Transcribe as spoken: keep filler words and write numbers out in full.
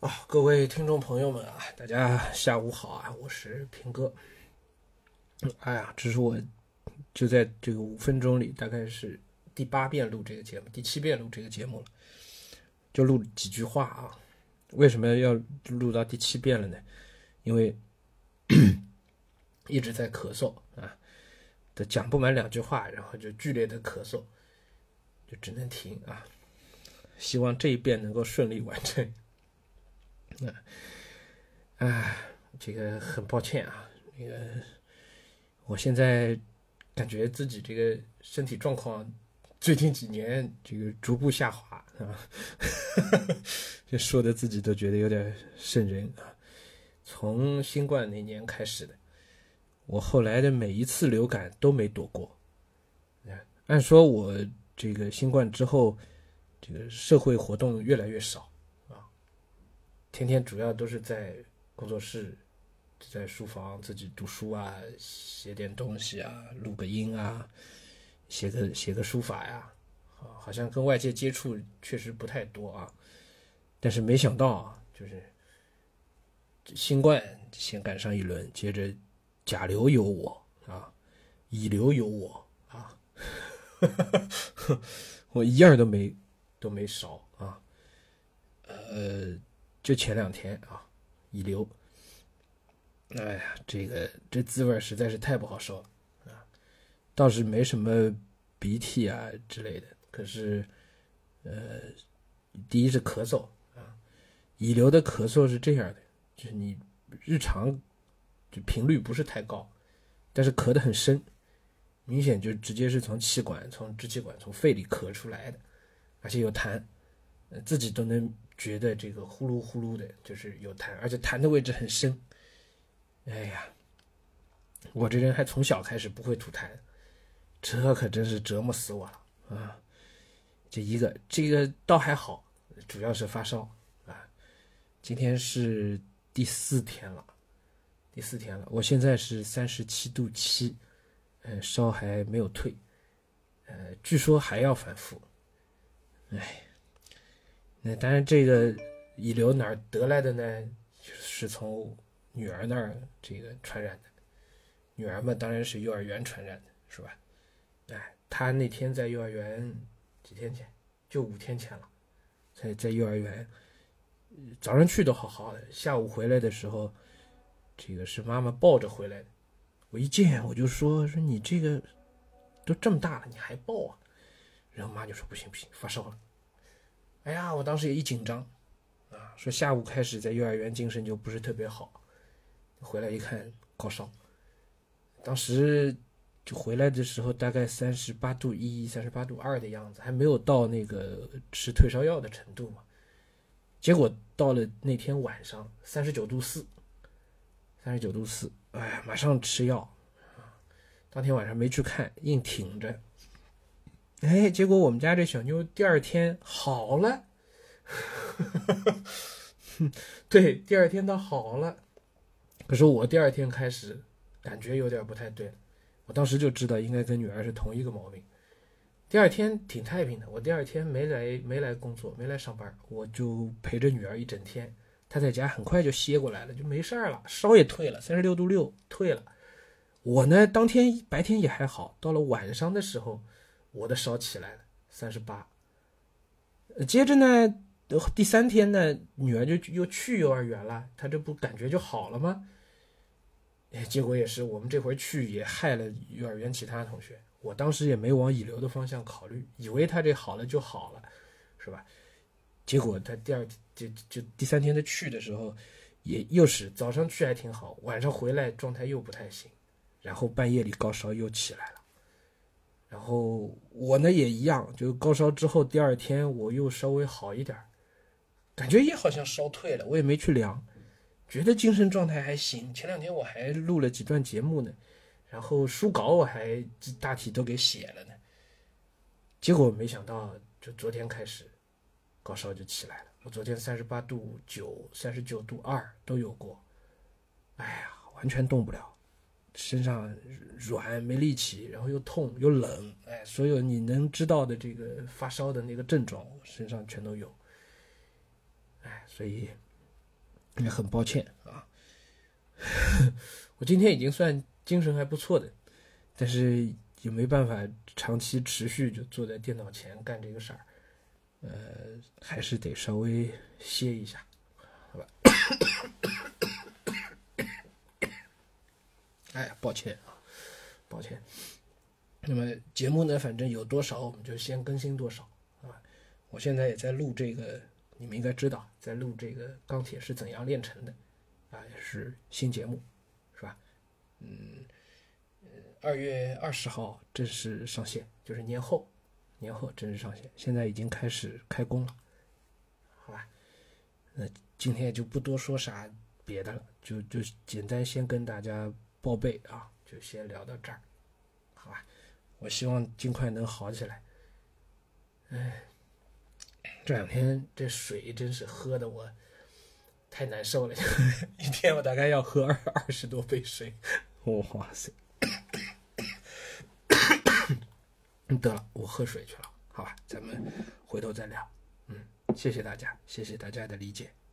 啊，各位听众朋友们啊，大家下午好啊，我是平哥。哎呀，这是我就在这个五分钟里，大概是第八遍录这个节目，第七遍录这个节目了，就录几句话啊。为什么要录到第七遍了呢？因为一直在咳嗽啊，的讲不满两句话，然后就剧烈的咳嗽，就只能停啊。希望这一遍能够顺利完成。那，哎，这个很抱歉啊，那个我现在感觉自己这个身体状况最近几年这个逐步下滑啊，这说的自己都觉得有点瘆人啊。从新冠那年开始的，我后来的每一次流感都没躲过。按说我这个新冠之后，这个社会活动越来越少。天天主要都是在工作室，在书房自己读书啊，写点东西啊，录个音啊，写个写个书法呀，好像跟外界接触确实不太多啊。但是没想到啊，就是新冠先赶上一轮，接着甲流有我啊，乙流有我啊，我一样都没都没少啊，呃。就前两天啊，乙流，哎呀，这个这滋味实在是太不好受了啊！倒是没什么鼻涕啊之类的，可是，呃，第一是咳嗽啊，乙流的咳嗽是这样的，就是你日常就频率不是太高，但是咳得很深，明显就直接是从气管、从支气管、从肺里咳出来的，而且有痰，自己都能觉得这个呼噜呼噜的，就是有痰，而且痰的位置很深。哎呀，我这人还从小开始不会吐痰，这可真是折磨死我了啊！这一个，这个倒还好，主要是发烧啊。今天是第四天了，第四天了，我现在是三十七度七，呃，烧还没有退，呃，据说还要反复。哎。那当然，这个乙流哪儿得来的呢？是从女儿那儿这个传染的。女儿嘛，当然是幼儿园传染的，是吧？哎，她那天在幼儿园几天前，就五天前了，在在幼儿园，早上去都好好的，下午回来的时候，这个是妈妈抱着回来的。我一见我就说说你这个都这么大了，你还抱啊？然后妈就说不行不行，发烧了。哎呀，我当时也一紧张，啊，说下午开始在幼儿园精神就不是特别好，回来一看高烧，当时就回来的时候大概三十八度一、三十八度二的样子，还没有到那个吃退烧药的程度嘛。结果到了那天晚上三十九度四，三十九度四，哎呀，马上吃药，当天晚上没去看，硬挺着。哎，结果我们家这小妞第二天好了，对，第二天她好了。可是我第二天开始感觉有点不太对了，我当时就知道应该跟女儿是同一个毛病。第二天挺太平的，我第二天没来没来工作，没来上班，我就陪着女儿一整天。她在家很快就歇过来了，就没事了，烧也退了，三十六度六退了。我呢，当天白天也还好，到了晚上的时候。我的烧起来了，三十八。接着呢，第三天呢，女儿就又去幼儿园了，她这不感觉就好了吗？哎，结果也是我们这回去也害了幼儿园其他同学。我当时也没往乙流的方向考虑，以为他这好了就好了，是吧？结果他第二就就第三天他去的时候，也又是早上去还挺好，晚上回来状态又不太行，然后半夜里高烧又起来了。然后我呢也一样，就高烧之后第二天我又稍微好一点，感觉也好像烧退了，我也没去量，觉得精神状态还行。前两天我还录了几段节目呢，然后书稿我还大体都给写了呢。结果没想到，就昨天开始高烧就起来了，我昨天三十八度九、三十九度二都有过，哎呀，完全动不了。身上软没力气，然后又痛又冷，哎，所有你能知道的这个发烧的那个症状，身上全都有，哎，所以也很抱歉啊。我今天已经算精神还不错的，但是也没办法长期持续就坐在电脑前干这个事儿，呃，还是得稍微歇一下，好吧？哎，抱歉啊，抱歉。那么节目呢，反正有多少我们就先更新多少啊。我现在也在录这个，你们应该知道，在录这个钢铁是怎样炼成的啊，也是新节目，是吧？嗯，二月二十号正式上线，就是年后，年后正式上线，现在已经开始开工了，好吧？那今天也就不多说啥别的了，就就简单先跟大家报备啊，就先聊到这儿，好吧？我希望尽快能好起来。哎，这两天这水真是喝的我太难受了，一天我大概要喝二二十多杯水，哇塞！得了，我喝水去了，好吧，咱们回头再聊。嗯，谢谢大家，谢谢大家的理解。